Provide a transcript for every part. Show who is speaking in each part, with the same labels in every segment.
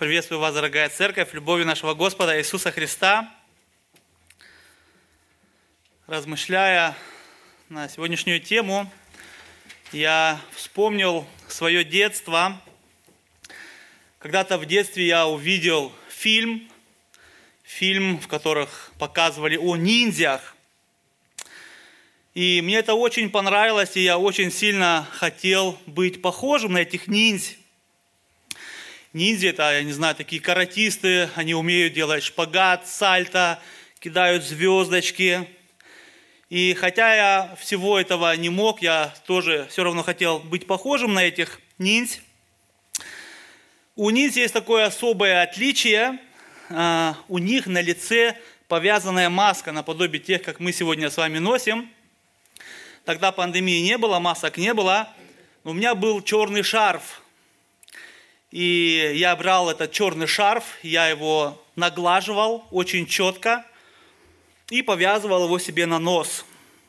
Speaker 1: Приветствую вас, дорогая церковь, любовью нашего Господа Иисуса Христа. Размышляя на сегодняшнюю тему, я вспомнил свое детство. Когда-то в детстве я увидел фильм, в котором показывали о ниндзях. И мне это очень понравилось, и я очень сильно хотел быть похожим на этих ниндзя. Ниндзя – это, я не знаю, такие каратисты, они умеют делать шпагат, сальто, кидают звездочки. И хотя я всего этого не мог, я тоже все равно хотел быть похожим на этих ниндзя. У ниндзя есть такое особое отличие. У них на лице повязанная маска, наподобие тех, как мы сегодня с вами носим. Тогда пандемии не было, масок не было. Но у меня был черный шарф. И я брал этот черный шарф, я его наглаживал очень четко и повязывал его себе на нос.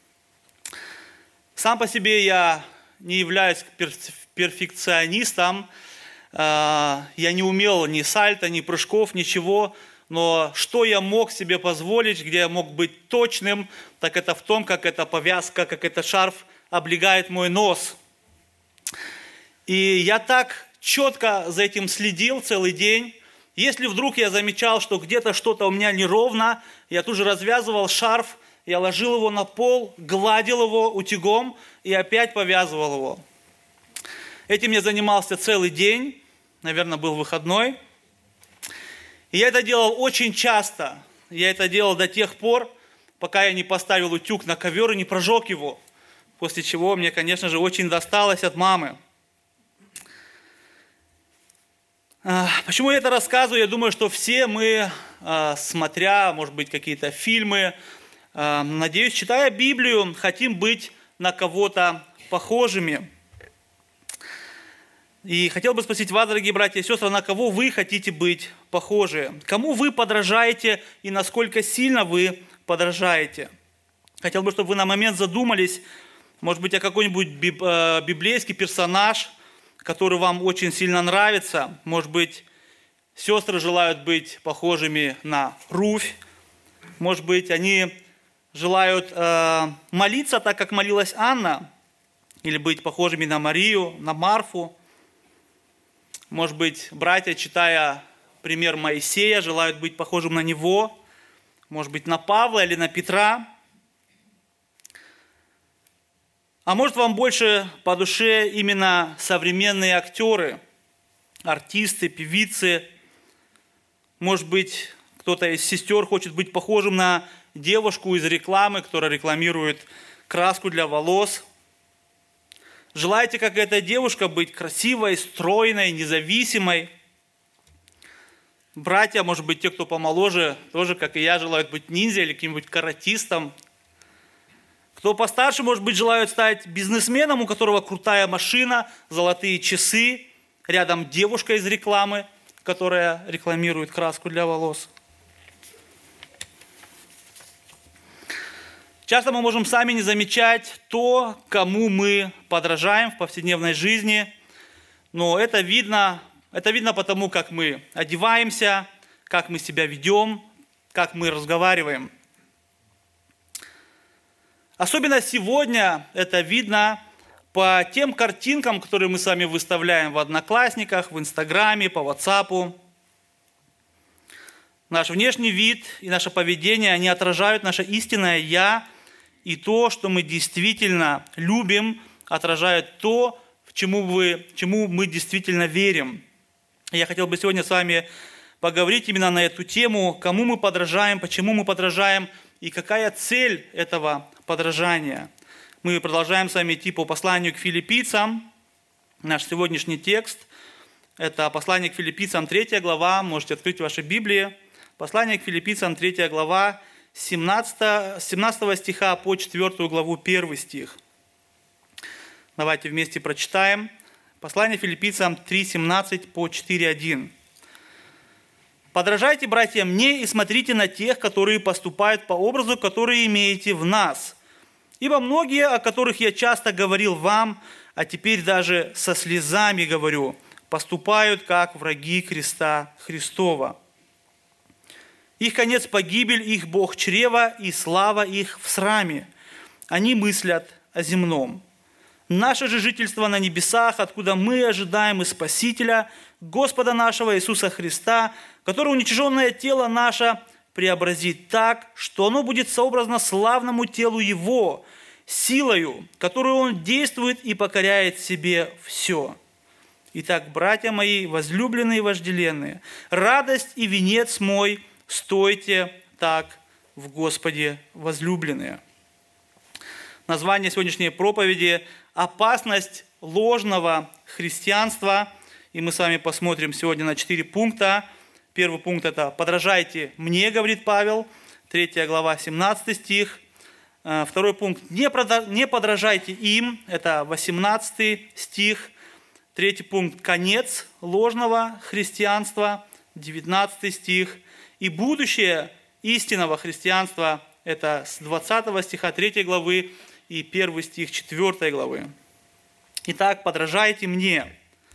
Speaker 1: Сам по себе я не являюсь перфекционистом, я не умел ни сальто, ни прыжков, ничего, но что я мог себе позволить, где я мог быть точным, так это в том, как эта повязка, как этот шарф облегает мой нос. И я так четко за этим следил целый день. Если вдруг я замечал, что где-то что-то у меня неровно, я тут же развязывал шарф, я ложил его на пол, гладил его утюгом и опять повязывал его. Этим я занимался целый день, наверное, был выходной. И я это делал очень часто. Я это делал до тех пор, пока я не поставил утюг на ковер и не прожег его. После чего мне, конечно же, очень досталось от мамы. Почему я это рассказываю? Я думаю, что все мы, смотря, может быть, какие-то фильмы, надеюсь, читая Библию, хотим быть на кого-то похожими. И хотел бы спросить вас, дорогие братья и сестры, на кого вы хотите быть похожи? Кому вы подражаете и насколько сильно вы подражаете? Хотел бы, чтобы вы на момент задумались, может быть, о какой-нибудь библейский персонаж, который вам очень сильно нравится. Может быть, сестры желают быть похожими на Руфь. Может быть, они желают молиться так, как молилась Анна. Или быть похожими на Марию, на Марфу. Может быть, братья, читая пример Моисея, желают быть похожим на него. Может быть, на Павла или на Петра. А может, вам больше по душе именно современные актеры, артисты, певицы. Может быть, кто-то из сестер хочет быть похожим на девушку из рекламы, которая рекламирует краску для волос. Желаете, как эта девушка, быть красивой, стройной, независимой? Братья, может быть, те, кто помоложе, тоже, как и я, желают быть ниндзя или каким-нибудь каратистом. Кто постарше, может быть, желают стать бизнесменом, у которого крутая машина, золотые часы, рядом девушка из рекламы, которая рекламирует краску для волос. Часто мы можем сами не замечать то, кому мы подражаем в повседневной жизни, но это видно потому, как мы одеваемся, как мы себя ведем, как мы разговариваем. Особенно сегодня это видно по тем картинкам, которые мы с вами выставляем в Одноклассниках, в Инстаграме, по WhatsApp. Наш внешний вид и наше поведение, они отражают наше истинное «я», и то, что мы действительно любим, отражает то, чему мы действительно верим. И я хотел бы сегодня с вами поговорить именно на эту тему, кому мы подражаем, почему мы подражаем, и какая цель этого подражания. Мы продолжаем с вами идти по посланию к филиппийцам. Наш сегодняшний текст – это послание к филиппийцам, 3 глава. Можете открыть ваши Библии. Послание к филиппийцам, 3 глава, с 17 стиха по 4 главу, 1 стих. Давайте вместе прочитаем. Послание филиппийцам 3:17 по 4:1. «Подражайте, братья, мне и смотрите на тех, которые поступают по образу, который имеете в нас. Ибо многие, о которых я часто говорил вам, а теперь даже со слезами говорю, поступают как враги креста Христова. Их конец – погибель, их Бог – чрево, и слава их в сраме. Они мыслят о земном. Наше же жительство на небесах, откуда мы ожидаем и Спасителя, Господа нашего Иисуса Христа, который уничиженное тело наше преобразит так, что оно будет сообразно славному телу Его, силою, которую Он действует и покоряет себе все. Итак, братья мои, возлюбленные и вожделенные, радость и венец мой, стойте так в Господе, возлюбленные. Название сегодняшней проповеди – «Опасность ложного христианства». И мы с вами посмотрим сегодня на 4 пункта. Первый пункт – это «Подражайте мне», говорит Павел, 3 глава, 17 стих. Второй пункт – «Не подражайте им», это 18 стих. Третий пункт – «Конец ложного христианства», 19 стих. И будущее истинного христианства – это с 20 стиха 3 главы и 1 стих 4 главы. Итак, подражайте мне.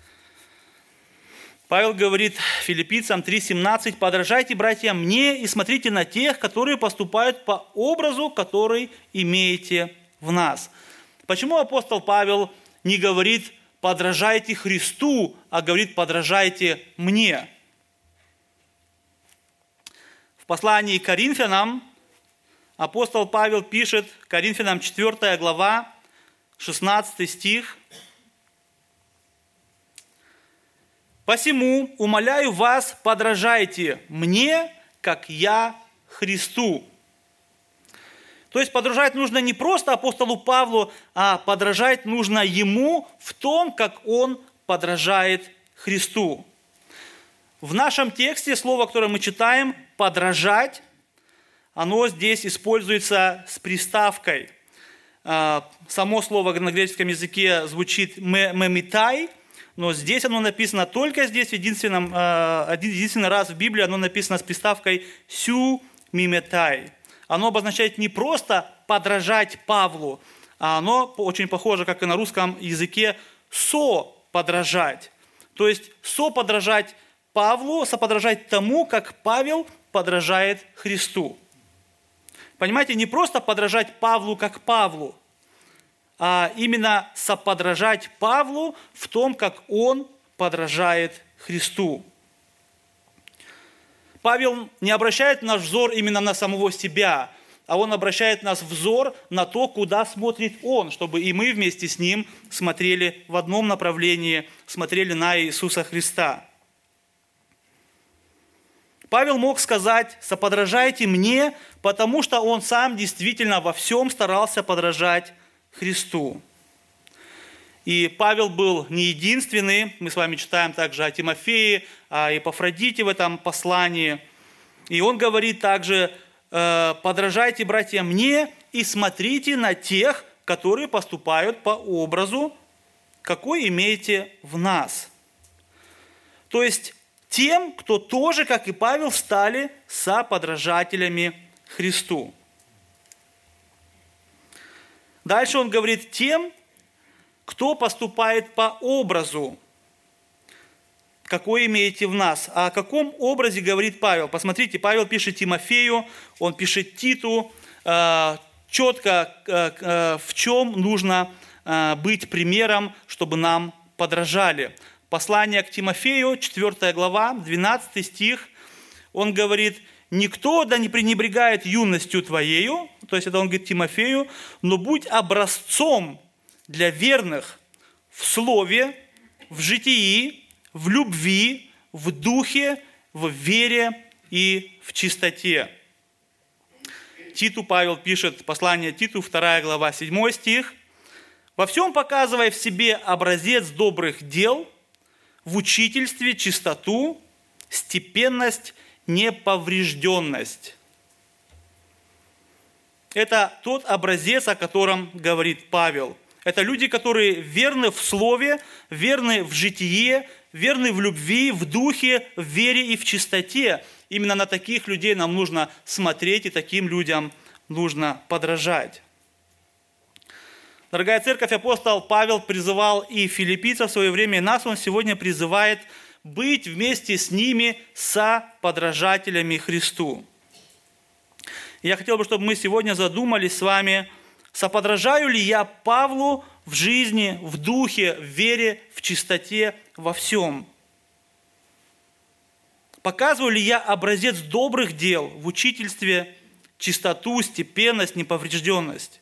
Speaker 1: Павел говорит Филиппийцам 3:17: «Подражайте, братья, мне и смотрите на тех, которые поступают по образу, который имеете в нас». Почему апостол Павел не говорит «подражайте Христу», а говорит «подражайте мне»? В послании к Коринфянам апостол Павел пишет, Коринфянам 4 глава, 16 стих: «Посему умоляю вас, подражайте мне, как я Христу». То есть подражать нужно не просто апостолу Павлу, а подражать нужно ему в том, как он подражает Христу. В нашем тексте слово, которое мы читаем, «подражать», оно здесь используется с приставкой. Само слово на греческом языке звучит «мемитай», но здесь оно написано только здесь, единственный раз в Библии оно написано с приставкой «сю миметай». Оно обозначает не просто подражать Павлу, а оно очень похоже, как и на русском языке, «со-подражать». То есть «со-подражать Павлу», «соподражать тому, как Павел подражает Христу». Понимаете, не просто подражать Павлу как Павлу, а именно соподражать Павлу в том, как он подражает Христу. Павел не обращает наш взор именно на самого себя, а он обращает наш взор на то, куда смотрит он, чтобы и мы вместе с ним смотрели в одном направлении, смотрели на Иисуса Христа. Павел мог сказать «соподражайте мне», потому что он сам действительно во всем старался подражать Христу. И Павел был не единственный, мы с вами читаем также о Тимофее, о Епафродите в этом послании. И он говорит также «подражайте, братья, мне и смотрите на тех, которые поступают по образу, какой имеете в нас». То есть тем, кто тоже, как и Павел, стали соподражателями Христу. Дальше он говорит тем, кто поступает по образу, какой имеете в нас. А о каком образе говорит Павел? Посмотрите, Павел пишет Тимофею, он пишет Титу, четко в чем нужно быть примером, чтобы нам подражали. Послание к Тимофею, 4 глава, 12 стих, он говорит: «Никто да не пренебрегает юностью твоею», то есть это он говорит Тимофею, «но будь образцом для верных в слове, в житии, в любви, в духе, в вере и в чистоте». Титу Павел пишет, послание Титу, 2 глава, 7 стих: «Во всем показывай в себе образец добрых дел, в учительстве чистоту, степенность, неповрежденность». Это тот образец, о котором говорит Павел. Это люди, которые верны в слове, верны в житие, верны в любви, в духе, в вере и в чистоте. Именно на таких людей нам нужно смотреть, и таким людям нужно подражать. Дорогая церковь, апостол Павел призывал и филиппийцев в свое время, и нас он сегодня призывает быть вместе с ними соподражателями Христу. Я хотел бы, чтобы мы сегодня задумались с вами, соподражаю ли я Павлу в жизни, в духе, в вере, в чистоте, во всем? Показываю ли я образец добрых дел в учительстве, чистоту, степенность, неповрежденность?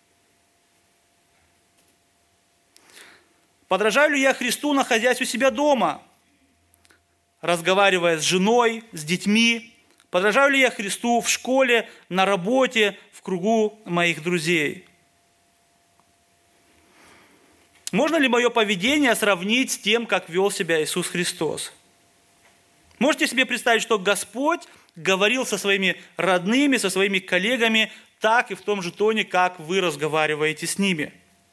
Speaker 1: Подражаю ли я Христу, находясь у себя дома, разговаривая с женой, с детьми? Подражаю ли я Христу в школе, на работе, в кругу моих друзей? Можно ли мое поведение сравнить с тем, как вел себя Иисус Христос? Можете себе представить, что Господь говорил со своими родными, со своими коллегами так и в том же тоне, как вы разговариваете с ними?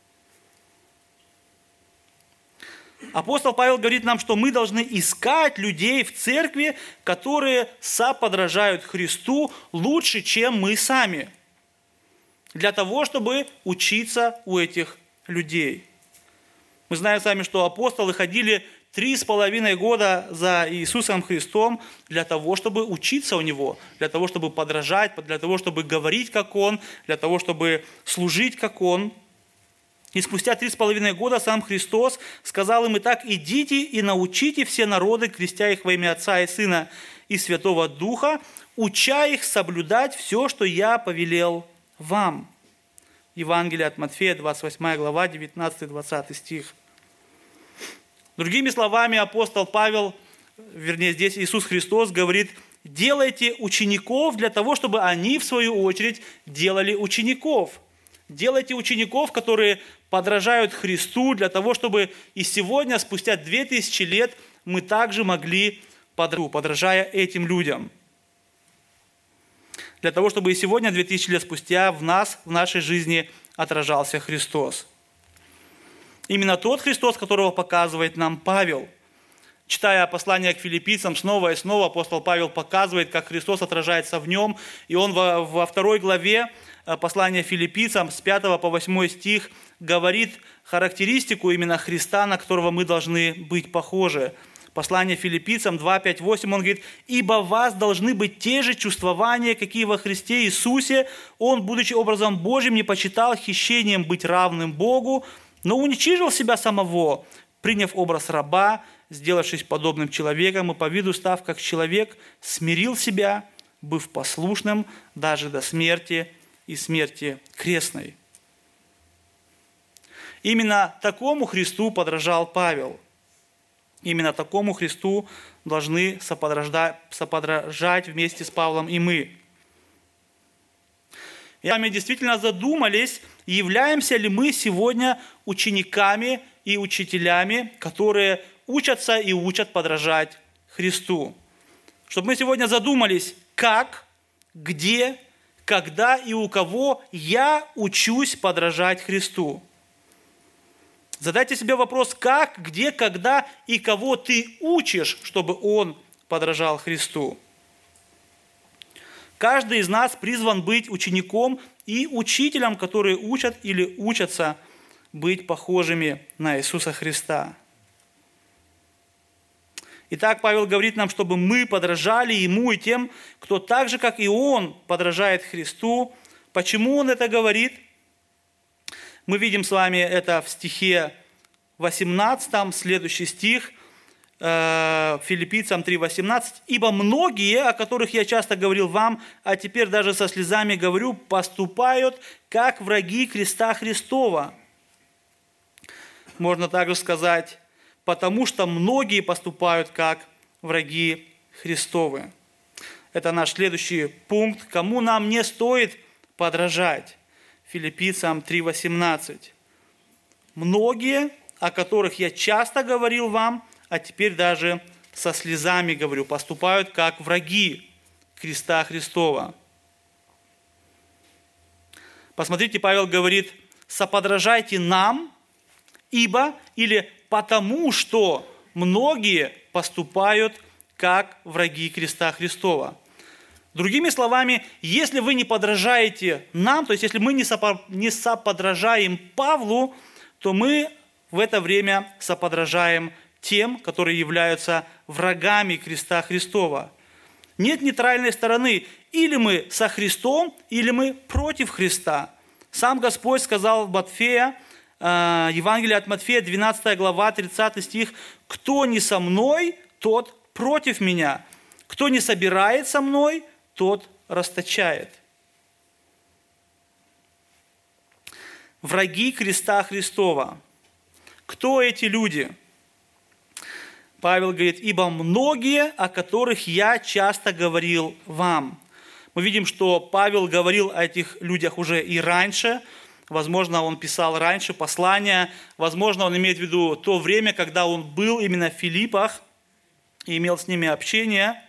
Speaker 1: Апостол Павел говорит нам, что мы должны искать людей в церкви, которые соподражают Христу лучше, чем мы сами, для того, чтобы учиться у этих людей. Мы знаем с вами, что апостолы ходили 3,5 года за Иисусом Христом для того, чтобы учиться у Него, для того, чтобы подражать, для того, чтобы говорить, как Он, для того, чтобы служить, как Он. И спустя 3,5 года сам Христос сказал им: «Итак, идите и научите все народы, крестя их во имя Отца и Сына и Святого Духа, уча их соблюдать все, что я повелел вам». Евангелие от Матфея, 28 глава, 19-20 стих. Другими словами, апостол Павел, вернее, здесь Иисус Христос говорит: делайте учеников для того, чтобы они, в свою очередь, делали учеников. Делайте учеников, которые подражают Христу, для того, чтобы и сегодня, спустя 2000 лет, мы также могли подражая этим людям. Для того, чтобы и сегодня, 2000 лет спустя, в нас, в нашей жизни отражался Христос. Именно тот Христос, которого показывает нам Павел. Читая послание к филиппийцам, снова и снова апостол Павел показывает, как Христос отражается в нем. И он во 2 главе послания филиппийцам с 5 по 8 стих говорит характеристику именно Христа, на которого мы должны быть похожи. Послание филиппийцам 2, 5, 8, он говорит: «Ибо в вас должны быть те же чувствования, какие во Христе Иисусе. Он, будучи образом Божьим, не почитал хищением быть равным Богу, но уничижил себя самого, приняв образ раба, сделавшись подобным человеком, и по виду став как человек, смирил себя, быв послушным даже до смерти и смерти крестной». Именно такому Христу подражал Павел. Именно такому Христу должны соподражать вместе с Павлом и мы. И мы действительно задумались, являемся ли мы сегодня учениками и учителями, которые учатся и учат подражать Христу. Чтобы мы сегодня задумались, как, где, когда и у кого я учусь подражать Христу. Задайте себе вопрос, как, где, когда и кого ты учишь, чтобы он подражал Христу. Каждый из нас призван быть учеником и учителем, которые учат или учатся быть похожими на Иисуса Христа. Итак, Павел говорит нам, чтобы мы подражали Ему и тем, кто так же, как и Он, подражает Христу. Почему он это говорит? Мы видим с вами это в стихе 18, следующий стих, Филиппийцам 3:18. «Ибо многие, о которых я часто говорил вам, а теперь даже со слезами говорю, поступают, как враги креста Христова». Можно также сказать, потому что многие поступают, как враги Христовы. Это наш следующий пункт. Кому нам не стоит подражать? Филиппийцам 3:18. Многие, о которых я часто говорил вам, а теперь даже со слезами говорю, поступают как враги креста Христова. Посмотрите, Павел говорит: соподражайте нам, ибо или потому что многие поступают как враги креста Христова. Другими словами, если вы не подражаете нам, то есть если мы не соподражаем Павлу, то мы в это время соподражаем тем, которые являются врагами креста Христова. Нет нейтральной стороны. Или мы со Христом, или мы против Христа. Сам Господь сказал в Матфея, Евангелие от Матфея, 12 глава, 30 стих: «Кто не со мной, тот против меня. Кто не собирает со мной, тот расточает». Враги креста Христова. Кто эти люди? Павел говорит: «Ибо многие, о которых я часто говорил вам». Мы видим, что Павел говорил о этих людях уже и раньше. Возможно, он писал раньше послания. Возможно, он имеет в виду то время, когда он был именно в Филиппах и имел с ними общение.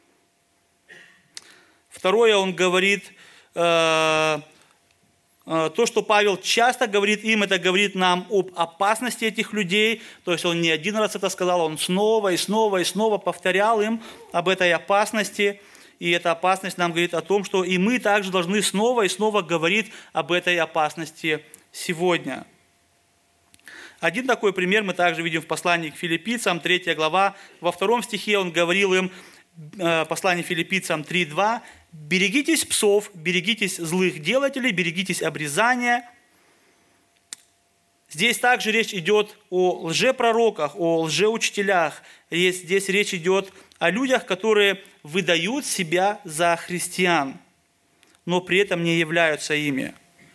Speaker 1: Второе, он говорит, то, что Павел часто говорит им, это говорит нам об опасности этих людей. То есть он не один раз это сказал, он снова и снова и снова повторял им об этой опасности. И эта опасность нам говорит о том, что и мы также должны снова и снова говорить об этой опасности сегодня. Один такой пример мы также видим в послании к филиппийцам, 3 глава. Во 2 стихе он говорил им, послание филиппийцам 3:2: «Берегитесь псов, берегитесь злых делателей, берегитесь обрезания». Здесь также речь идет о лжепророках, о лжеучителях. Здесь речь идет о людях, которые выдают себя за христиан, но при этом не являются ими.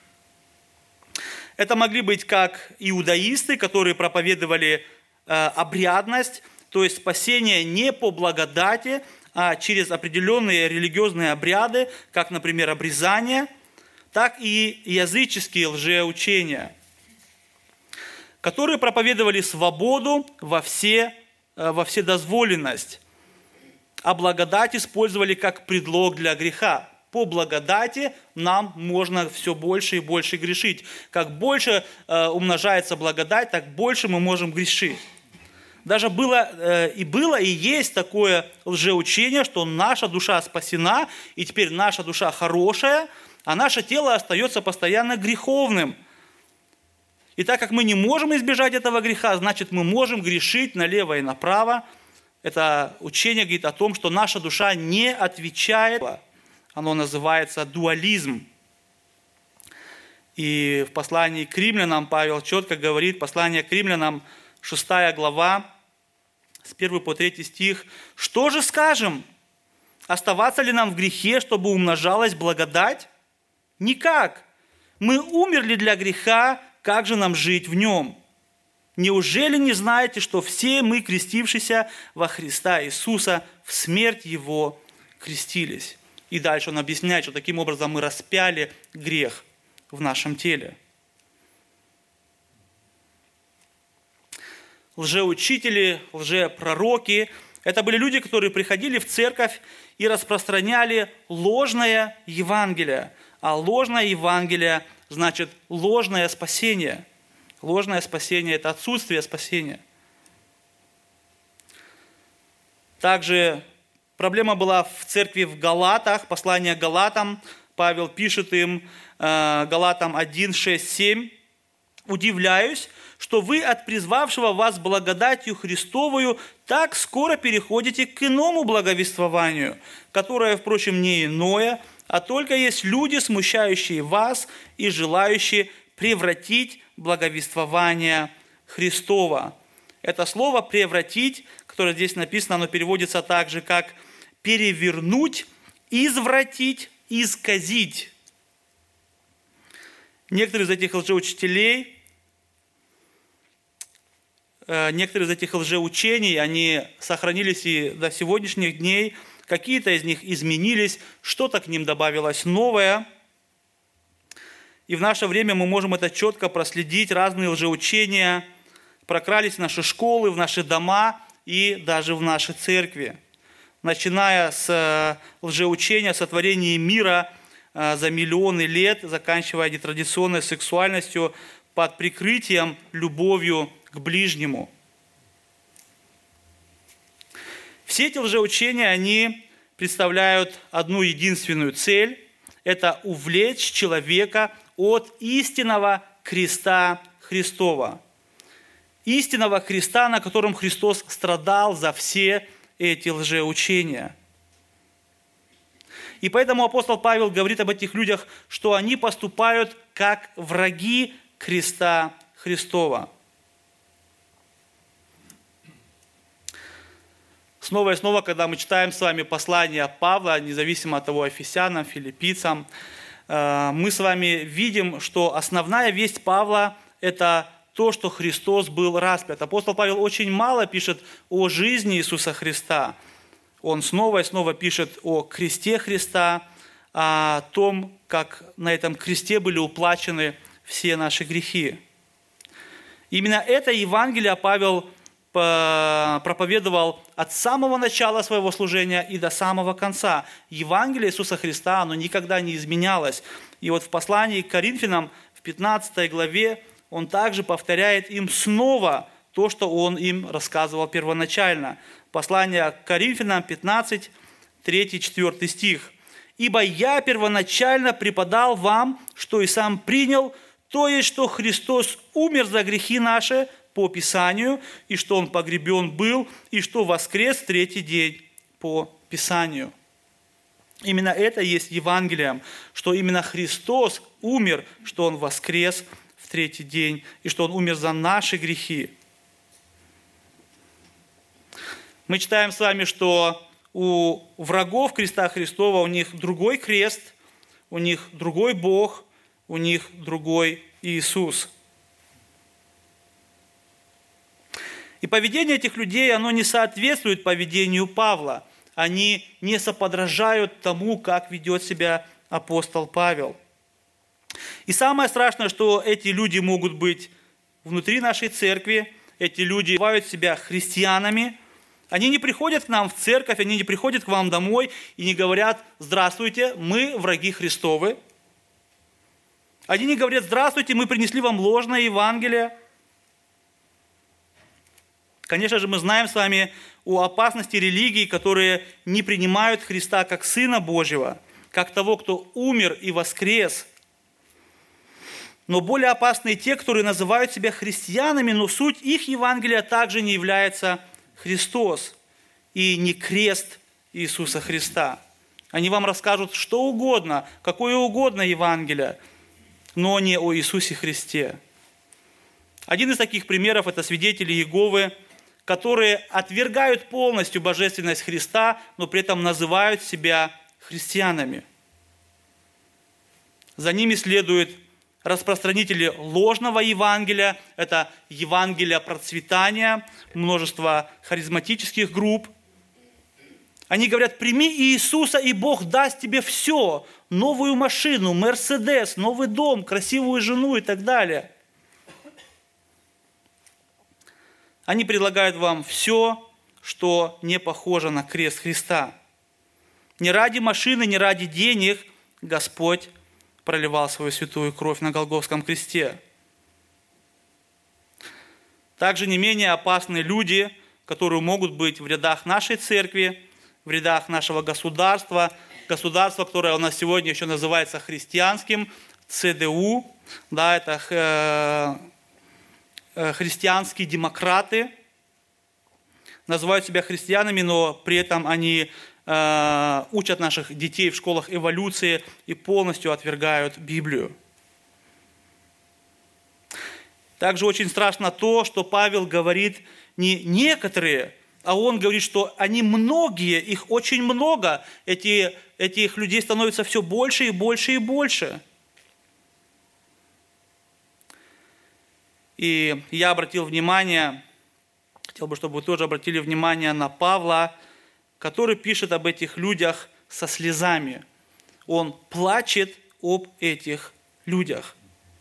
Speaker 1: Это могли быть как иудаисты, которые проповедовали обрядность, то есть спасение не по благодати, а через определенные религиозные обряды, как, например, обрезание, так и языческие лжеучения, которые проповедовали свободу во вседозволенность, а благодать использовали как предлог для греха. По благодати нам можно все больше и больше грешить. Как больше умножается благодать, так больше мы можем грешить. Даже было и есть такое лжеучение, что наша душа спасена, и теперь наша душа хорошая, а наше тело остается постоянно греховным. И так как мы не можем избежать этого греха, значит, мы можем грешить налево и направо. Это учение говорит о том, что наша душа не отвечает. Оно называется дуализм. И в послании к римлянам Павел четко говорит, послание к римлянам, 6 глава, с 1 по 3 стих: «Что же скажем? Оставаться ли нам в грехе, чтобы умножалась благодать? Никак. Мы умерли для греха, как же нам жить в нем? Неужели не знаете, что все мы, крестившиеся во Христа Иисуса, в смерть Его крестились?» И дальше он объясняет, что таким образом мы распяли грех в нашем теле. Лжеучители, лжепророки – это были люди, которые приходили в церковь и распространяли ложное Евангелие. А ложное Евангелие значит ложное спасение. Ложное спасение – это отсутствие спасения. Также проблема была в церкви в Галатах, послание к Галатам. Павел пишет им, Галатам 1, 6, 7: «Удивляюсь, что вы от призвавшего вас благодатью Христовую так скоро переходите к иному благовествованию, которое, впрочем, не иное, а только есть люди, смущающие вас и желающие превратить благовествование Христова». Это слово «превратить», которое здесь написано, оно переводится также как «перевернуть», «извратить», «исказить». Некоторые из этих лжеучителей, некоторые из этих лжеучений, они сохранились и до сегодняшних дней. Какие-то из них изменились, что-то к ним добавилось новое. И в наше время мы можем это четко проследить. Разные лжеучения прокрались в наши школы, в наши дома и даже в наши церкви. Начиная с лжеучения о сотворении мира за миллионы лет, заканчивая нетрадиционной сексуальностью под прикрытием любовью к ближнему. Все эти лжеучения, они представляют одну единственную цель – это увлечь человека от истинного креста Христова. Истинного креста, на котором Христос страдал за все эти лжеучения. И поэтому апостол Павел говорит об этих людях, что они поступают как враги креста Христова. Снова и снова, когда мы читаем с вами послание Павла, независимо от того, Ефесянам, Филиппийцам, мы с вами видим, что основная весть Павла – это то, что Христос был распят. Апостол Павел очень мало пишет о жизни Иисуса Христа. Он снова и снова пишет о кресте Христа, о том, как на этом кресте были уплачены все наши грехи. Именно это Евангелие Павел проповедовал от самого начала своего служения и до самого конца. Евангелие Иисуса Христа, оно никогда не изменялось. И вот в послании к Коринфянам, в 15 главе, он также повторяет им снова то, что он им рассказывал первоначально. Послание к Коринфянам 15, 3-4 стих. «Ибо я первоначально преподал вам, что и сам принял, то есть, что Христос умер за грехи наши по Писанию, и что Он погребен был, и что воскрес в третий день по Писанию». Именно это есть Евангелием, что именно Христос умер, что Он воскрес в третий день, и что Он умер за наши грехи. Мы читаем с вами, что у врагов креста Христова у них другой крест, у них другой Бог, у них другой Иисус. И поведение этих людей, оно не соответствует поведению Павла. Они не соподражают тому, как ведет себя апостол Павел. И самое страшное, что эти люди могут быть внутри нашей церкви, эти люди называют себя христианами. Они не приходят к нам в церковь, они не приходят к вам домой и не говорят: «Здравствуйте, мы враги Христовы». Они не говорят: «Здравствуйте, мы принесли вам ложное Евангелие». Конечно же, мы знаем с вами о опасности религий, которые не принимают Христа как Сына Божьего, как того, кто умер и воскрес. Но более опасны те, которые называют себя христианами, но суть их Евангелия также не является Христос и не крест Иисуса Христа. Они вам расскажут что угодно, какое угодно Евангелие, но не о Иисусе Христе. Один из таких примеров – это свидетели Иеговы, которые отвергают полностью божественность Христа, но при этом называют себя христианами. За ними следуют распространители ложного Евангелия, это Евангелие процветания, множество харизматических групп. Они говорят: «Прими Иисуса, и Бог даст тебе все, новую машину, Мерседес, новый дом, красивую жену» и так далее. Они предлагают вам все, что не похоже на крест Христа. Не ради машины, не ради денег Господь проливал свою святую кровь на Голгофском кресте. Также не менее опасны люди, которые могут быть в рядах нашей церкви, в рядах нашего государства, которое у нас сегодня еще называется христианским, ЦДУ, да, это христианские демократы, называют себя христианами, но при этом они учат наших детей в школах эволюции и полностью отвергают Библию. Также очень страшно то, что Павел говорит не некоторые, а он говорит, что они многие, их очень много, этих людей становится все больше и больше и больше. И я обратил внимание, хотел бы, чтобы вы тоже обратили внимание на Павла, который пишет об этих людях со слезами. Он плачет об этих людях.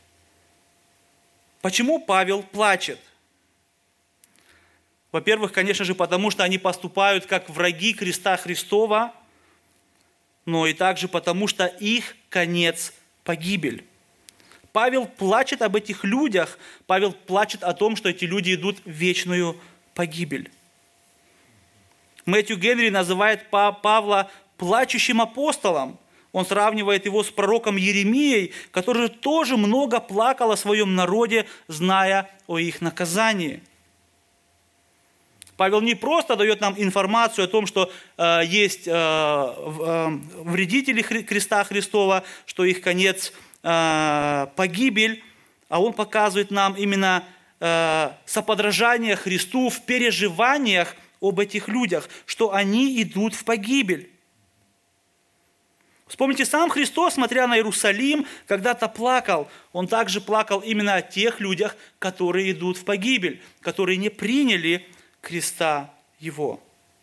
Speaker 1: Почему Павел плачет? Во-первых, конечно же, потому что они поступают как враги креста Христова, но и также потому, что их конец – погибель. Павел плачет об этих людях, Павел плачет о том, что эти люди идут в вечную погибель. Мэтью Генри называет Павла плачущим апостолом. Он сравнивает его с пророком Иеремией, который тоже много плакал о своем народе, зная о их наказании. Павел не просто дает нам информацию о том, что есть вредители креста Христова, что их конец погибель, а он показывает нам именно соподражание Христу в переживаниях об этих людях, что они идут в погибель. Вспомните, сам Христос, смотря на Иерусалим, когда-то плакал. Он также плакал именно о тех людях, которые идут в погибель, которые не приняли креста Его.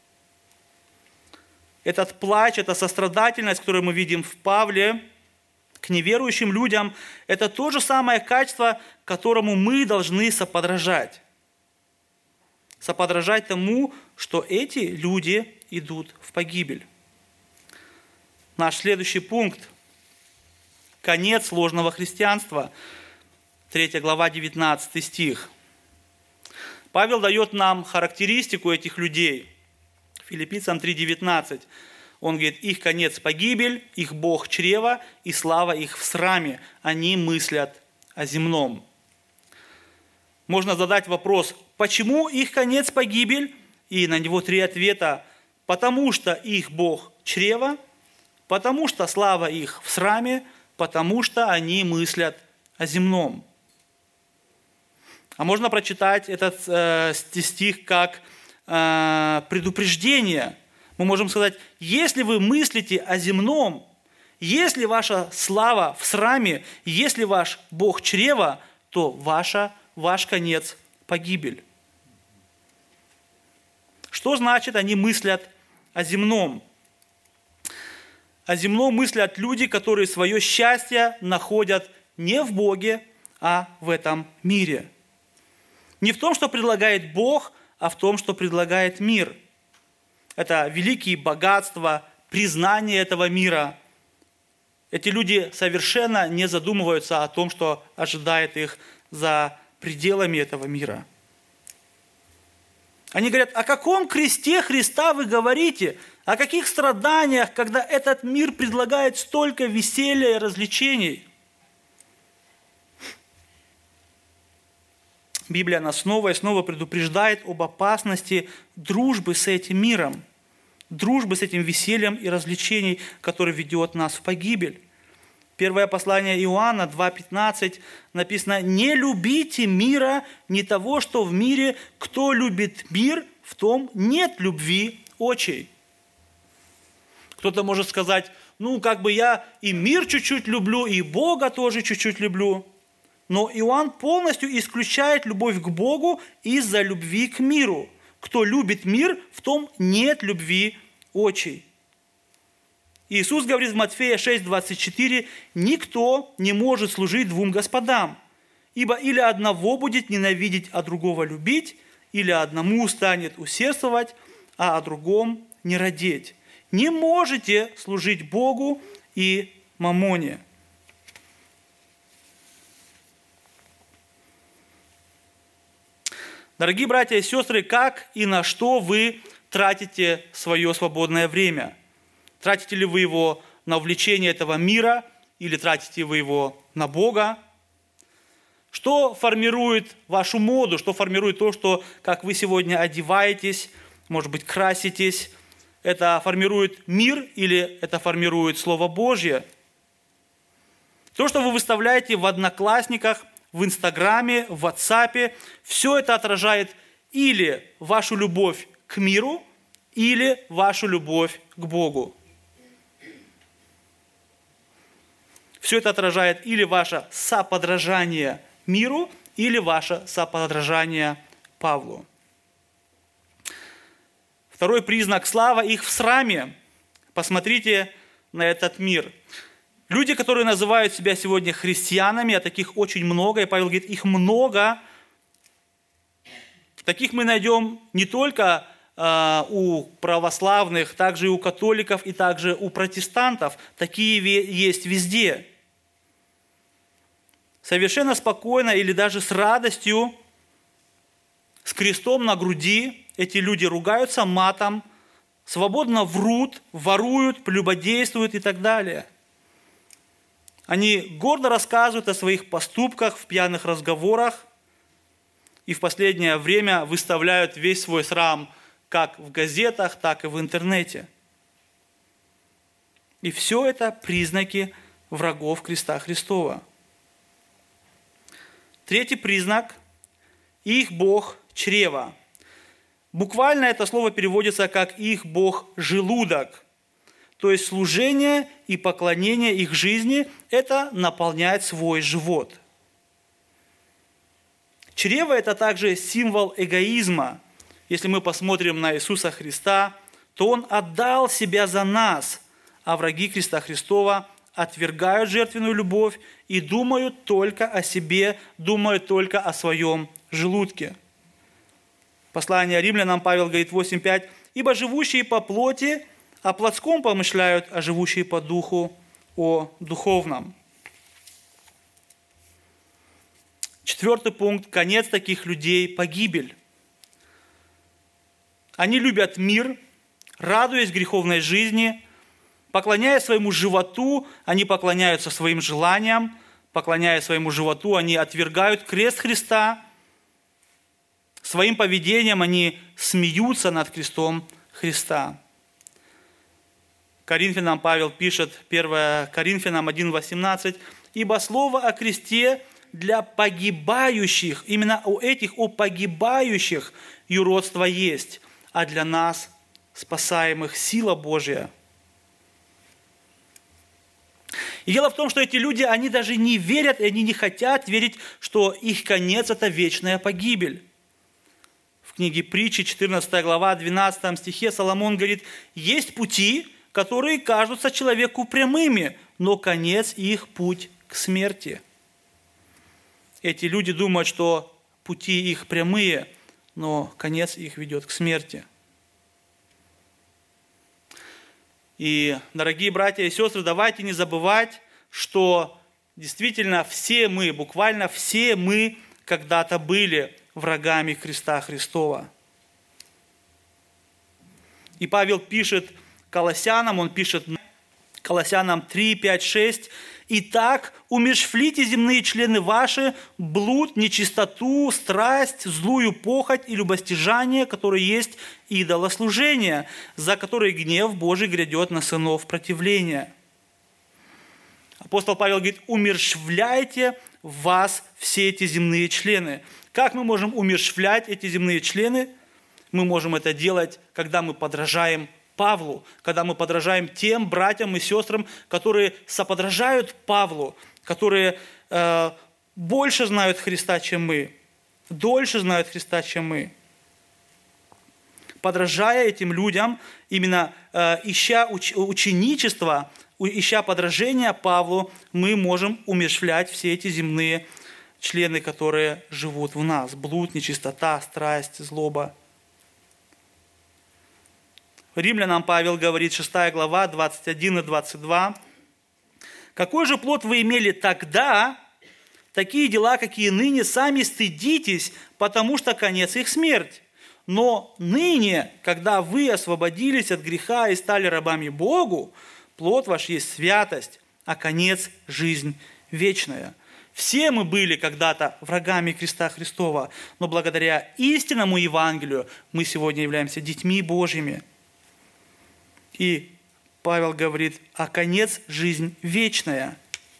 Speaker 1: Этот плач, эта сострадательность, которую мы видим в Павле, к неверующим людям, это то же самое качество, которому мы должны соподражать. Соподражать тому, что эти люди идут в погибель. Наш следующий пункт – конец ложного христианства. 3 глава, 19 стих. Павел дает нам характеристику этих людей. Филиппийцам 3:19. Он говорит, их конец – погибель, их Бог – чрево, и слава их в сраме. Они мыслят о земном. Можно задать вопрос, почему их конец – погибель? И на него 3 ответа. Потому что их Бог – чрево, потому что слава их в сраме, потому что они мыслят о земном. А можно прочитать этот стих как предупреждение. Мы можем сказать, если вы мыслите о земном, если ваша слава в сраме, если ваш Бог чрево, то ваш конец – погибель. Что значит, они мыслят о земном? О земном мыслят люди, которые свое счастье находят не в Боге, а в этом мире. Не в том, что предлагает Бог, а в том, что предлагает мир. Это великие богатства, признание этого мира. Эти люди совершенно не задумываются о том, что ожидает их за пределами этого мира. Они говорят, о каком кресте Христа вы говорите? О каких страданиях, когда этот мир предлагает столько веселья и развлечений? Библия нас снова и снова предупреждает об опасности дружбы с этим миром, дружбы с этим весельем и развлечений, который ведет нас в погибель. Первое послание Иоанна 2:15 написано: «Не любите мира, не того, что в мире. Кто любит мир, в том нет любви отчей». Кто-то может сказать, я и мир чуть-чуть люблю, и Бога тоже чуть-чуть люблю. Но Иоанн полностью исключает любовь к Богу из-за любви к миру. Кто любит мир, в том нет любви отчей. Иисус говорит в Матфея 6:24: «Никто не может служить двум господам, ибо или одного будет ненавидеть, а другого любить, или одному станет усердствовать, а о другом не радеть. Не можете служить Богу и мамоне». Дорогие братья и сестры, как и на что вы тратите свое свободное время? Тратите ли вы его на увлечение этого мира или тратите вы его на Бога? Что формирует вашу моду? Что формирует то, как вы сегодня одеваетесь, может быть, краситесь? Это формирует мир или это формирует Слово Божье? То, что вы выставляете в Одноклассниках, в Инстаграме, в WhatsApp, все это отражает или вашу любовь к миру, или вашу любовь к Богу. Все это отражает или ваше соподражание миру, или ваше соподражание Павлу. Второй признак – слава их в сраме. Посмотрите на этот мир. Люди, которые называют себя сегодня христианами, а таких очень много, и Павел говорит, их много. Таких мы найдем не только у православных, также и у католиков, и также у протестантов. Такие есть везде. Совершенно спокойно или даже с радостью, с крестом на груди, эти люди ругаются матом, свободно врут, воруют, прелюбодействуют и так далее. Они гордо рассказывают о своих поступках в пьяных разговорах и в последнее время выставляют весь свой срам как в газетах, так и в интернете. И все это признаки врагов креста Христова. Третий признак – их бог чрева. Буквально это слово переводится как «их бог желудок». То есть служение и поклонение их жизни – это наполнять свой живот. Чрево – это также символ эгоизма. Если мы посмотрим на Иисуса Христа, то Он отдал себя за нас, а враги креста Христова отвергают жертвенную любовь и думают только о себе, думают только о своем желудке. Послание Римлянам Павел говорит 8:5: «Ибо живущие по плоти о плотском помышляют, а живущие по духу о духовном». Четвертый пункт. Конец таких людей – погибель. Они любят мир, радуясь греховной жизни, поклоняясь своему животу, они поклоняются своим желаниям, поклоняясь своему животу, они отвергают крест Христа. Своим поведением они смеются над крестом Христа. Коринфянам Павел пишет, 1 Коринфянам 1:18: «Ибо слово о кресте для погибающих, именно о погибающих юродство есть, а для нас, спасаемых, сила Божья». И дело в том, что эти люди, они даже не верят, и они не хотят верить, что их конец – это вечная погибель. В книге Притчи, 14 глава, 12 стихе Соломон говорит: «Есть пути, которые кажутся человеку прямыми, но конец их – путь к смерти». Эти люди думают, что пути их прямые, но конец их ведет к смерти. И, дорогие братья и сестры, давайте не забывать, что действительно все мы, буквально все мы когда-то были врагами креста Христова. И Павел пишет Колоссянам, он пишет Колоссянам 3, 5, 6: «Итак, умерщвлите земные члены ваши, блуд, нечистоту, страсть, злую похоть и любостяжание, которые есть идолослужение, за которые гнев Божий грядет на сынов противления». Апостол Павел говорит: умерщвляйте в вас все эти земные члены. Как мы можем умерщвлять эти земные члены? Мы можем это делать, когда мы подражаем Павлу, когда мы подражаем тем братьям и сестрам, которые соподражают Павлу, которые больше знают Христа, чем мы, дольше знают Христа, чем мы. Подражая этим людям, именно ища ученичество, ища подражения Павлу, мы можем умерщвлять все эти земные члены, которые живут в нас. Блуд, нечистота, страсть, злоба. Римлянам Павел говорит, 6 глава, 21 и 22. «Какой же плод вы имели тогда? Такие дела, какие ныне, сами стыдитесь, потому что конец их смерть. Но ныне, когда вы освободились от греха и стали рабами Богу, плод ваш есть святость, а конец – жизнь вечная». Все мы были когда-то врагами креста Христова, но благодаря истинному Евангелию мы сегодня являемся детьми Божьими. И Павел говорит, а конец – жизнь вечная.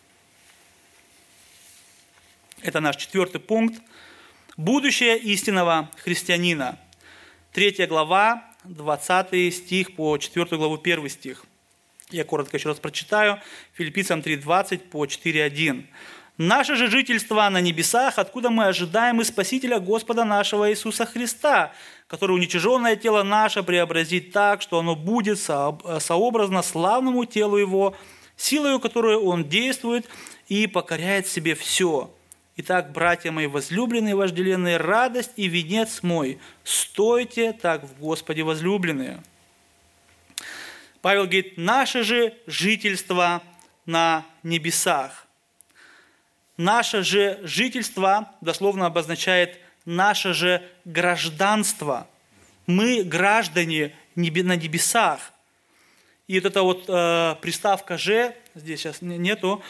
Speaker 1: Это наш 4 пункт. Будущее истинного христианина. 3 глава, 20 стих по 4 главу 1 стих. Я коротко еще раз прочитаю. Филиппийцам 3:20 по 4:1. «Наше же жительство на небесах, откуда мы ожидаем и Спасителя Господа нашего Иисуса Христа, который уничиженное тело наше преобразит так, что оно будет сообразно славному телу Его, силою, которую Он действует и покоряет себе все. Итак, братья мои возлюбленные, вожделенные, радость и венец мой, стойте так в Господе возлюбленные». Павел говорит, наше же жительство на небесах. Наше же жительство дословно обозначает наше же гражданство. Мы граждане на небесах. И вот эта вот приставка «же», здесь сейчас нету,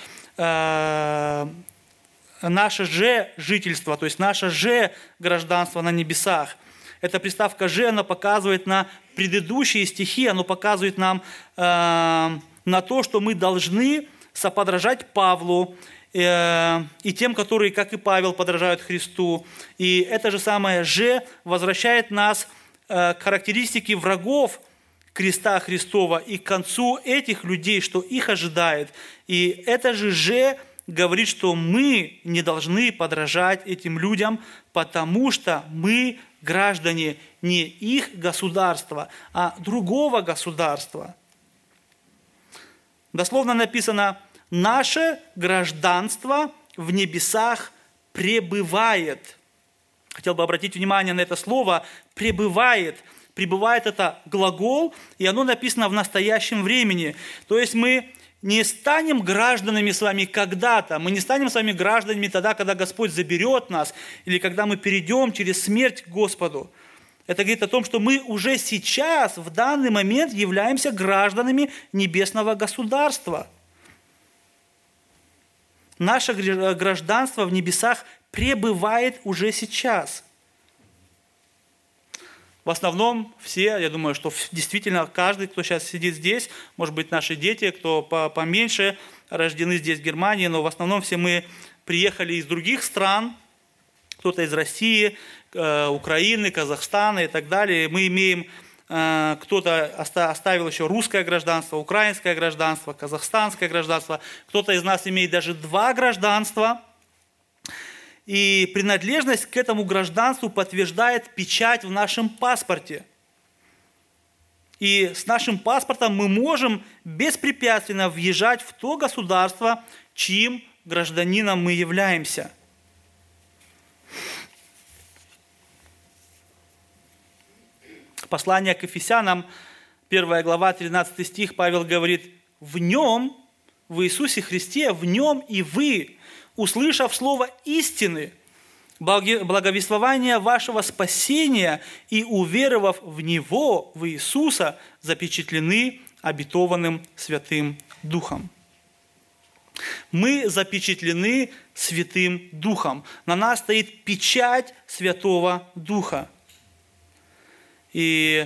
Speaker 1: наше же жительство, то есть наше же гражданство на небесах. Эта приставка «же», она показывает на предыдущие стихи, она показывает нам на то, что мы должны соподражать Павлу и тем, которые, как и Павел, подражают Христу. И это же самое «же» возвращает нас к характеристике врагов креста Христова и к концу этих людей, что их ожидает. И это же говорит, что мы не должны подражать этим людям, потому что мы граждане не их государства, а другого государства. Дословно написано: «Наше гражданство в небесах пребывает». Хотел бы обратить внимание на это слово «пребывает». Пребывает – это глагол, и оно написано в настоящем времени. То есть мы не станем гражданами с вами когда-то, мы не станем с вами гражданами тогда, когда Господь заберет нас, или когда мы перейдем через смерть к Господу. Это говорит о том, что мы уже сейчас, в данный момент, являемся гражданами небесного государства. Наше гражданство в небесах пребывает уже сейчас. В основном все, я думаю, что действительно каждый, кто сейчас сидит здесь, может быть, наши дети, кто поменьше, рождены здесь, в Германии, но в основном все мы приехали из других стран, кто-то из России, Украины, Казахстана и так далее. Мы имеем, кто-то оставил еще русское гражданство, украинское гражданство, казахстанское гражданство, кто-то из нас имеет даже 2 гражданства. И принадлежность к этому гражданству подтверждает печать в нашем паспорте. И с нашим паспортом мы можем беспрепятственно въезжать в то государство, чьим гражданином мы являемся. Послание к Ефесянам, 1 глава, 13 стих, Павел говорит: «В Нем, в Иисусе Христе, в Нем и вы, услышав слово истины, благовествование вашего спасения и уверовав в Него, в Иисуса, запечатлены обетованным Святым Духом». Мы запечатлены Святым Духом. На нас стоит печать Святого Духа. И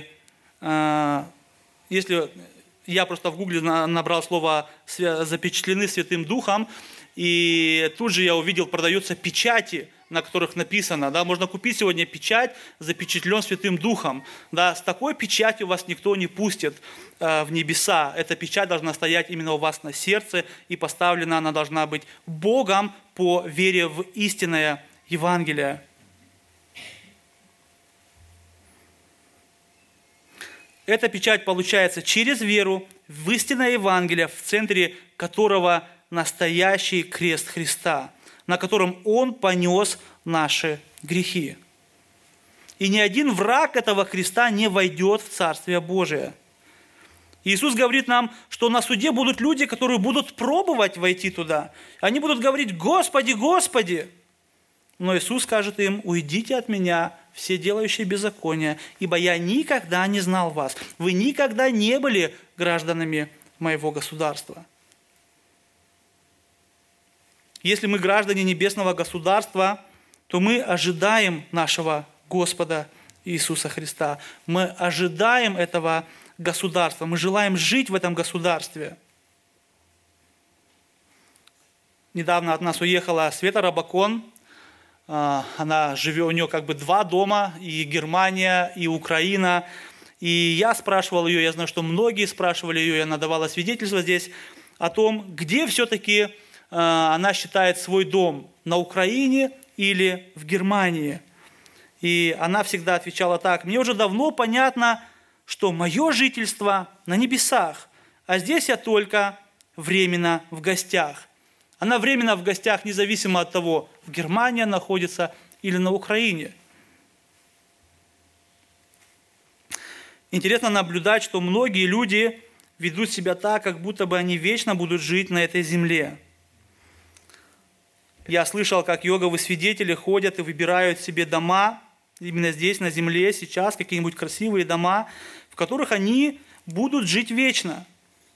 Speaker 1: если я просто в Гугле набрал слово «запечатлены Святым Духом», и тут же я увидел, продаются печати, на которых написано, да, можно купить сегодня печать «Запечатлен Святым Духом». Да, с такой печатью вас никто не пустит в небеса. Эта печать должна стоять именно у вас на сердце, и поставлена она должна быть Богом по вере в истинное Евангелие. Эта печать получается через веру в истинное Евангелие, в центре которого настоящий крест Христа, на котором Он понес наши грехи. И ни один враг этого креста не войдет в Царствие Божие. Иисус говорит нам, что на суде будут люди, которые будут пробовать войти туда. Они будут говорить: «Господи, Господи!» Но Иисус скажет им: «Уйдите от Меня, все делающие беззаконие, ибо Я никогда не знал вас. Вы никогда не были гражданами Моего государства». Если мы граждане небесного государства, то мы ожидаем нашего Господа Иисуса Христа. Мы ожидаем этого государства. Мы желаем жить в этом государстве. Недавно от нас уехала Света Рабакон. Она живет, у нее как бы 2 дома, и Германия, и Украина. И я спрашивал ее, я знаю, что многие спрашивали ее, и она давала свидетельство здесь о том, где все-таки она считает свой дом: на Украине или в Германии. И она всегда отвечала так: «Мне уже давно понятно, что мое жительство на небесах, а здесь я только временно в гостях». Она временно в гостях, независимо от того, в Германии находится или на Украине. Интересно наблюдать, что многие люди ведут себя так, как будто бы они вечно будут жить на этой земле. Я слышал, как иеговы свидетели ходят и выбирают себе дома, именно здесь, на земле, сейчас, какие-нибудь красивые дома, в которых они будут жить вечно.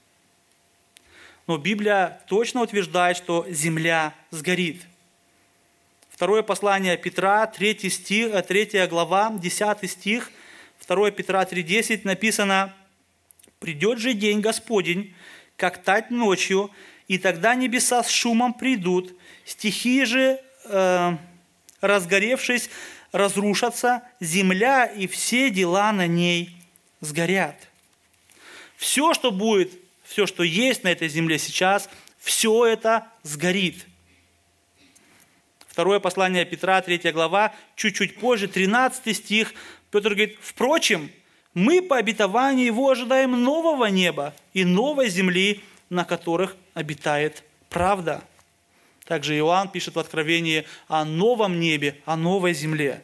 Speaker 1: Но Библия точно утверждает, что земля сгорит. Второе послание Петра, 3 глава, 10 стих, 2 Петра 3,10 написано: «Придет же день Господень, как тать ночью, и тогда небеса с шумом придут, стихии же, разгоревшись, разрушатся, земля и все дела на ней сгорят». Все, что будет, все, что есть на этой земле сейчас, все это сгорит. Второе послание Петра, 3 глава, чуть-чуть позже, 13 стих, Петр говорит: «Впрочем, мы по обетованию Его ожидаем нового неба и новой земли, на которых обитает правда». Также Иоанн пишет в Откровении о новом небе, о новой земле.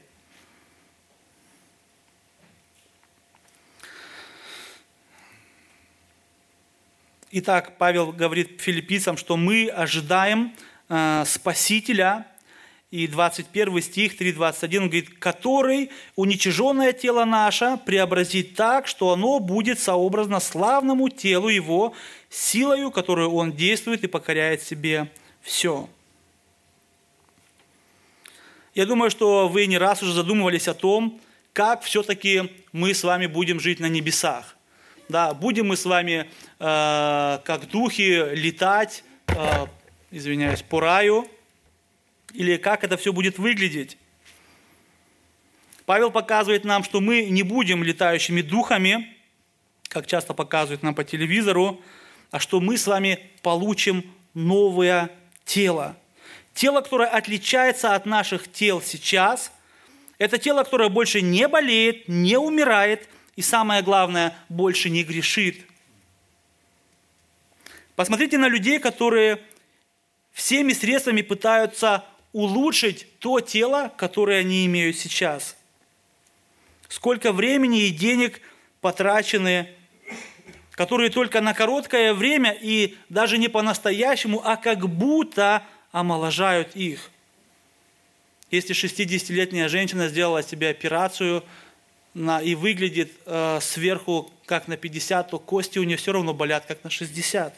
Speaker 1: Итак, Павел говорит филиппийцам, что мы ожидаем Спасителя. И 21 стих, 3:21, он говорит: «Который уничиженное тело наше преобразит так, что оно будет сообразно славному телу Его, силою, которую Он действует и покоряет себе все». Я думаю, что вы не раз уже задумывались о том, как все-таки мы с вами будем жить на небесах. Да, будем мы с вами, как духи, летать, по раю, или как это все будет выглядеть. Павел показывает нам, что мы не будем летающими духами, как часто показывают нам по телевизору, а что мы с вами получим новое тело. Тело, которое отличается от наших тел сейчас. Это тело, которое больше не болеет, не умирает и, самое главное, больше не грешит. Посмотрите на людей, которые всеми средствами пытаются улучшить то тело, которое они имеют сейчас. Сколько времени и денег потрачены, которые только на короткое время и даже не по-настоящему, а как будто омоложают их. Если 60-летняя женщина сделала себе операцию и выглядит сверху как на 50, то кости у нее все равно болят как на 60.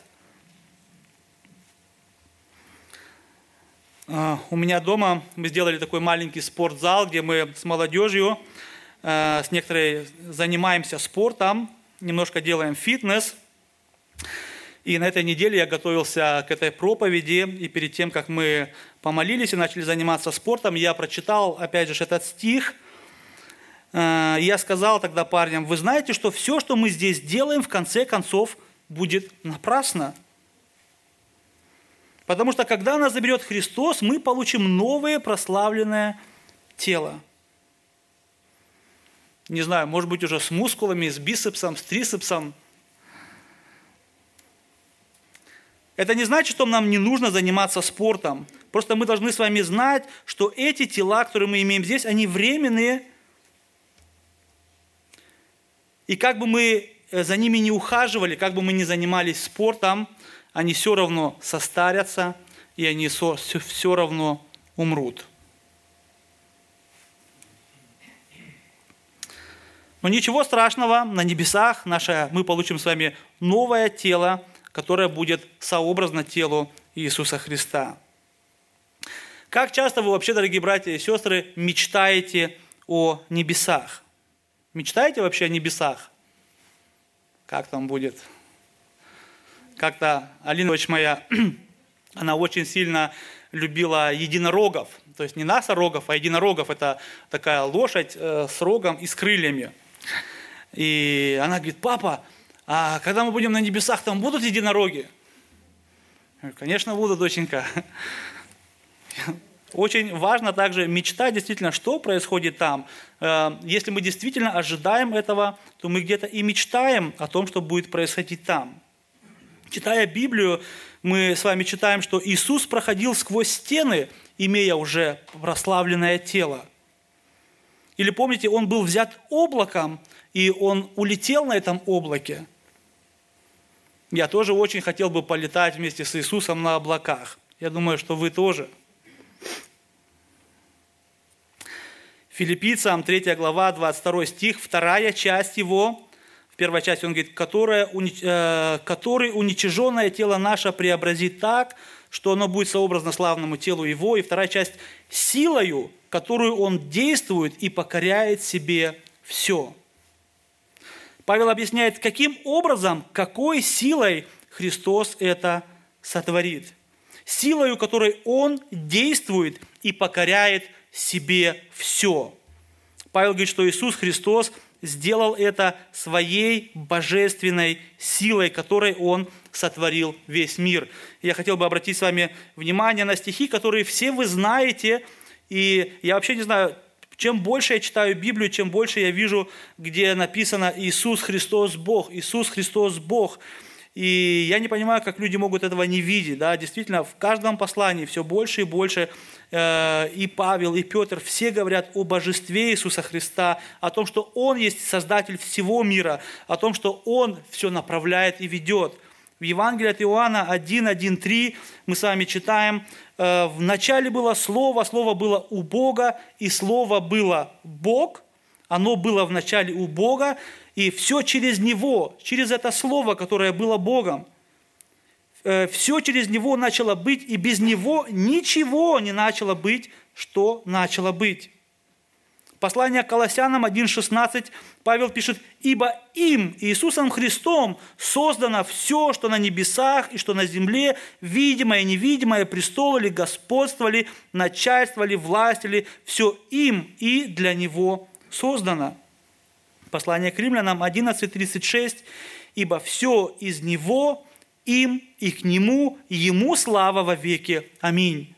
Speaker 1: У меня дома мы сделали такой маленький спортзал, где мы с молодежью, с некоторой занимаемся спортом, немножко делаем фитнес. И на этой неделе я готовился к этой проповеди, и перед тем, как мы помолились и начали заниматься спортом, я прочитал, опять же, этот стих. Я сказал тогда парням: вы знаете, что все, что мы здесь делаем, в конце концов будет напрасно. Потому что когда нас заберет Христос, мы получим новое прославленное тело. Не знаю, может быть, уже с мускулами, с бицепсом, с трицепсом. Это не значит, что нам не нужно заниматься спортом. Просто мы должны с вами знать, что эти тела, которые мы имеем здесь, они временные. И как бы мы за ними не ухаживали, как бы мы ни занимались спортом, они все равно состарятся, и они все равно умрут. Но ничего страшного, на небесах мы получим с вами новое тело, которое будет сообразно телу Иисуса Христа. Как часто вы вообще, дорогие братья и сестры, мечтаете о небесах? Мечтаете вообще о небесах? Как там будет? Как-то Алинович моя, она очень сильно любила единорогов. То есть не носорогов, а единорогов. Это такая лошадь с рогом и с крыльями. И она говорит: папа, а когда мы будем на небесах, там будут единороги? Я говорю: конечно, будут, доченька. Очень важно также мечтать действительно, что происходит там. Если мы действительно ожидаем этого, то мы где-то и мечтаем о том, что будет происходить там. Читая Библию, мы с вами читаем, что Иисус проходил сквозь стены, имея уже прославленное тело. Или помните, Он был взят облаком, и Он улетел на этом облаке. Я тоже очень хотел бы полетать вместе с Иисусом на облаках. Я думаю, что вы тоже. Филиппийцам 3 глава, 22 стих, 2 часть его. Первая часть, он говорит, который уничиженное тело наше преобразит так, что оно будет сообразно славному телу его. И вторая часть, силою, которую он действует и покоряет себе все. Павел объясняет, каким образом, какой силой Христос это сотворит. Силою, которой он действует и покоряет себе все. Павел говорит, что Иисус Христос сделал это своей божественной силой, которой Он сотворил весь мир. Я хотел бы обратить с вами внимание на стихи, которые все вы знаете, и я вообще не знаю, чем больше я читаю Библию, чем больше я вижу, где написано «Иисус Христос Бог», «Иисус Христос Бог». И я не понимаю, как люди могут этого не видеть. Да? Действительно, в каждом послании все больше и больше и Павел, и Петр, все говорят о божестве Иисуса Христа, о том, что Он есть Создатель всего мира, о том, что Он все направляет и ведет. В Евангелии от Иоанна 1:1-3 мы с вами читаем: «В начале было Слово, Слово было у Бога, и Слово было Бог, оно было в начале у Бога, и все через Него, через это Слово, которое было Богом. Все через Него начало быть, и без Него ничего не начало быть, что начало быть». Послание к Колоссянам 1:16 Павел пишет: «Ибо им, Иисусом Христом, создано все, что на небесах и что на земле, видимое и невидимое, престолы ли, господство ли, начальство ли, власть ли, все им и для Него создано». Послание к Римлянам 11:36 «Ибо все из Него, им и к Нему, Ему слава во веки. Аминь».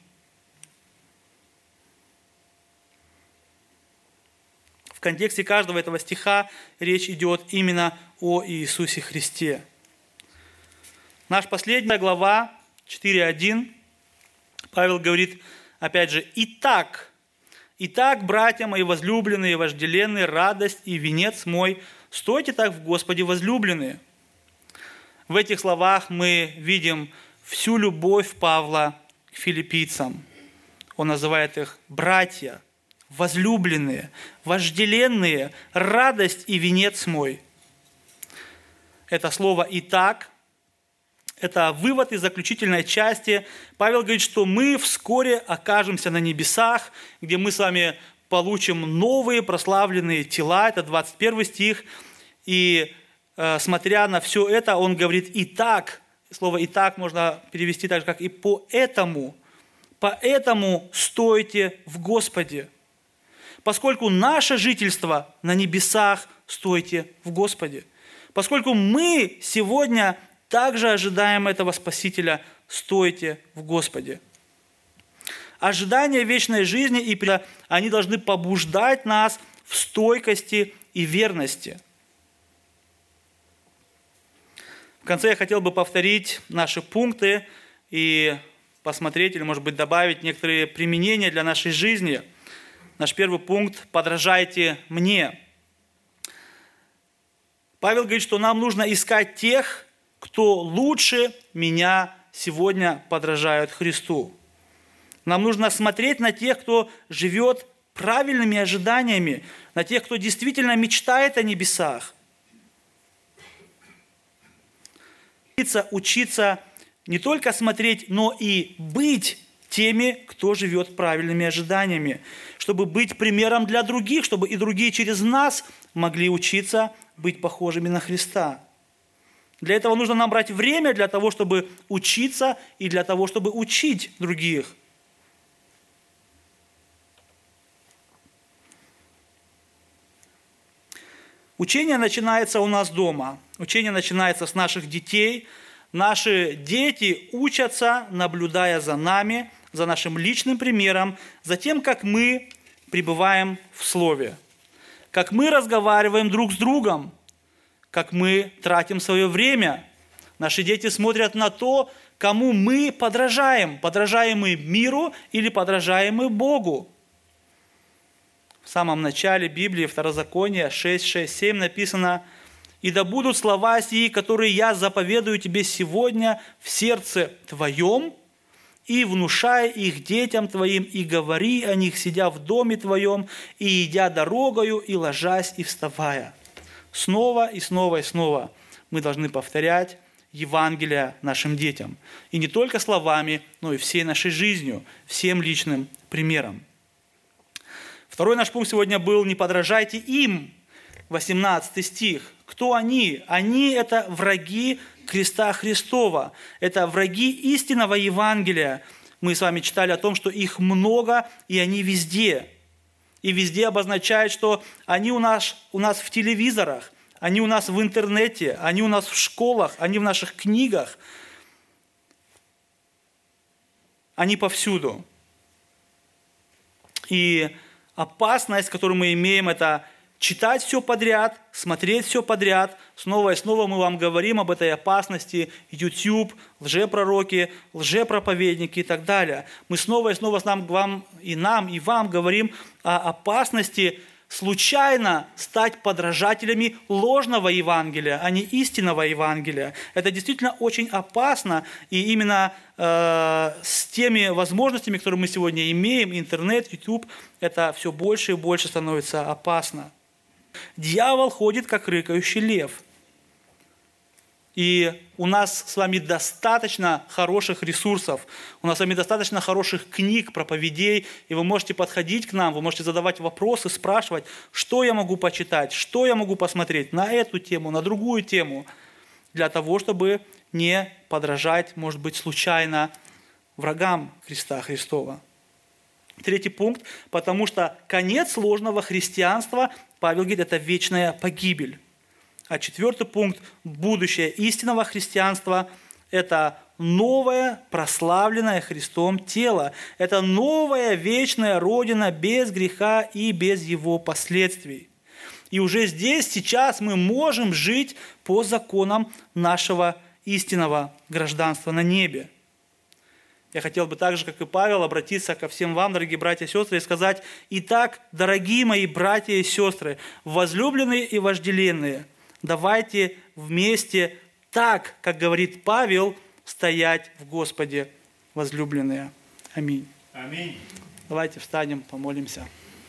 Speaker 1: В контексте каждого этого стиха речь идет именно о Иисусе Христе. Наша последняя глава, 4:1, Павел говорит, опять же, «Итак, братья мои возлюбленные, вожделенные, радость и венец мой, стойте так в Господе возлюбленные». В этих словах мы видим всю любовь Павла к филиппийцам. Он называет их братья, возлюбленные, вожделенные, радость и венец мой. Это слово «итак», это вывод из заключительной части. Павел говорит, что мы вскоре окажемся на небесах, где мы с вами получим новые прославленные тела. Это 21 стих. И смотря на все это, он говорит «итак». Слово «итак» можно перевести так же, как и «поэтому». «Поэтому стойте в Господе». Поскольку наше жительство на небесах, стойте в Господе. Поскольку мы сегодня также ожидаем этого Спасителя, стойте в Господе. Ожидание вечной жизни, и они должны побуждать нас в стойкости и верности. В конце я хотел бы повторить наши пункты и посмотреть, или, может быть, добавить некоторые применения для нашей жизни. Наш первый пункт – подражайте мне. Павел говорит, что нам нужно искать тех, кто лучше меня сегодня подражают Христу. Нам нужно смотреть на тех, кто живет правильными ожиданиями, на тех, кто действительно мечтает о небесах. Учиться не только смотреть, но и быть теми, кто живет правильными ожиданиями, чтобы быть примером для других, чтобы и другие через нас могли учиться быть похожими на Христа. Для этого нужно нам брать время для того, чтобы учиться и для того, чтобы учить других. Учение начинается у нас дома. Учение начинается с наших детей. Наши дети учатся, наблюдая за нами, за нашим личным примером, за тем, как мы пребываем в Слове, как мы разговариваем друг с другом, как мы тратим свое время. Наши дети смотрят на то, кому мы подражаем. Подражаем мы миру или подражаем мы Богу. В самом начале Библии, Второзаконие 6:6-7 написано: «И да будут слова сии, которые я заповедую тебе сегодня в сердце твоем, и внушай их детям твоим, и говори о них, сидя в доме твоем, и идя дорогою, и ложась, и вставая». снова и снова и снова мы должны повторять Евангелие нашим детям. И не только словами, но и всей нашей жизнью, всем личным примером. Второй наш пункт сегодня был «Не подражайте им». 18 стих. Кто они? Они – это враги креста Христова. Это враги истинного Евангелия. Мы с вами читали о том, что их много, и они везде. И везде обозначает, что они у нас в телевизорах, они у нас в интернете, они у нас в школах, они в наших книгах. Они повсюду. И опасность, которую мы имеем, это читать все подряд, смотреть все подряд. Снова и снова мы вам говорим об этой опасности. YouTube, лжепророки, лжепроповедники и так далее. Мы снова и снова вам говорим о опасности случайно стать подражателями ложного Евангелия, а не истинного Евангелия. Это действительно очень опасно, и именно с теми возможностями, которые мы сегодня имеем, интернет, YouTube, это все больше и больше становится опасно. Дьявол ходит, как рыкающий лев. И у нас с вами достаточно хороших ресурсов, у нас с вами достаточно хороших книг, проповедей, и вы можете подходить к нам, вы можете задавать вопросы, спрашивать, что я могу почитать, что я могу посмотреть на эту тему, на другую тему, для того, чтобы не подражать, может быть, случайно врагам креста Христова. Третий пункт, потому что конец ложного христианства, Павел говорит, это вечная погибель. А четвертый пункт, будущее истинного христианства, это новое, прославленное Христом тело. Это новая вечная Родина без греха и без его последствий. И уже здесь, сейчас мы можем жить по законам нашего истинного гражданства на небе. Я хотел бы так же, как и Павел, обратиться ко всем вам, дорогие братья и сестры, и сказать: «Итак, дорогие мои братья и сестры, возлюбленные и вожделенные, давайте вместе так, как говорит Павел, стоять в Господе, возлюбленные». Аминь.
Speaker 2: Аминь.
Speaker 1: Давайте встанем, помолимся.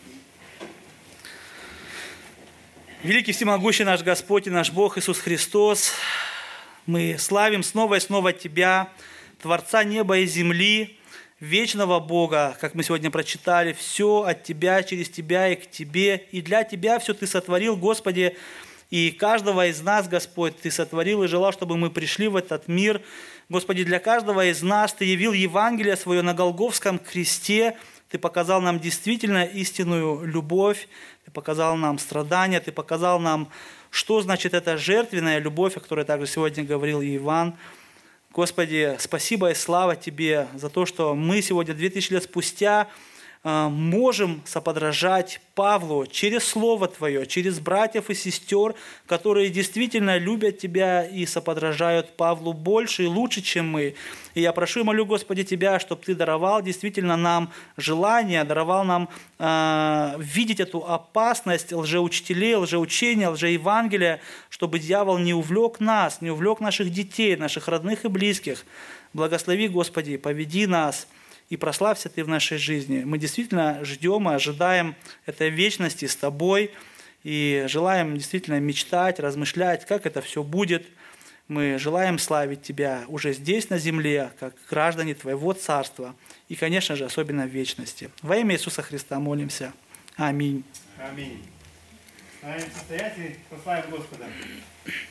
Speaker 1: Великий всемогущий наш Господь и наш Бог Иисус Христос, мы славим снова и снова Тебя, Творца неба и земли, вечного Бога, как мы сегодня прочитали, все от Тебя, через Тебя и к Тебе, и для Тебя все Ты сотворил, Господи, и каждого из нас, Господь, Ты сотворил и желал, чтобы мы пришли в этот мир. Господи, для каждого из нас Ты явил Евангелие свое на Голгофском кресте, Ты показал нам действительно истинную любовь, Ты показал нам страдания, Ты показал нам, что значит эта жертвенная любовь, о которой также сегодня говорил и Иван. Господи, спасибо и слава Тебе за то, что мы сегодня, 2000 лет спустя, можем соподражать Павлу через Слово Твое, через братьев и сестер, которые действительно любят Тебя и соподражают Павлу больше и лучше, чем мы. И я прошу и молю, Господи, Тебя, чтобы Ты даровал действительно нам желание, даровал нам видеть эту опасность лжеучителей, лжеучения, лжеевангелия, чтобы дьявол не увлек нас, не увлек наших детей, наших родных и близких. Благослови, Господи, поведи нас, и прославься Ты в нашей жизни. Мы действительно ждем и ожидаем этой вечности с Тобой, и желаем действительно мечтать, размышлять, как это все будет. Мы желаем славить Тебя уже здесь, на земле, как граждане Твоего Царства, и, конечно же, особенно в вечности. Во имя Иисуса Христа молимся. Аминь.
Speaker 2: Аминь. Стоять и прославим Господа.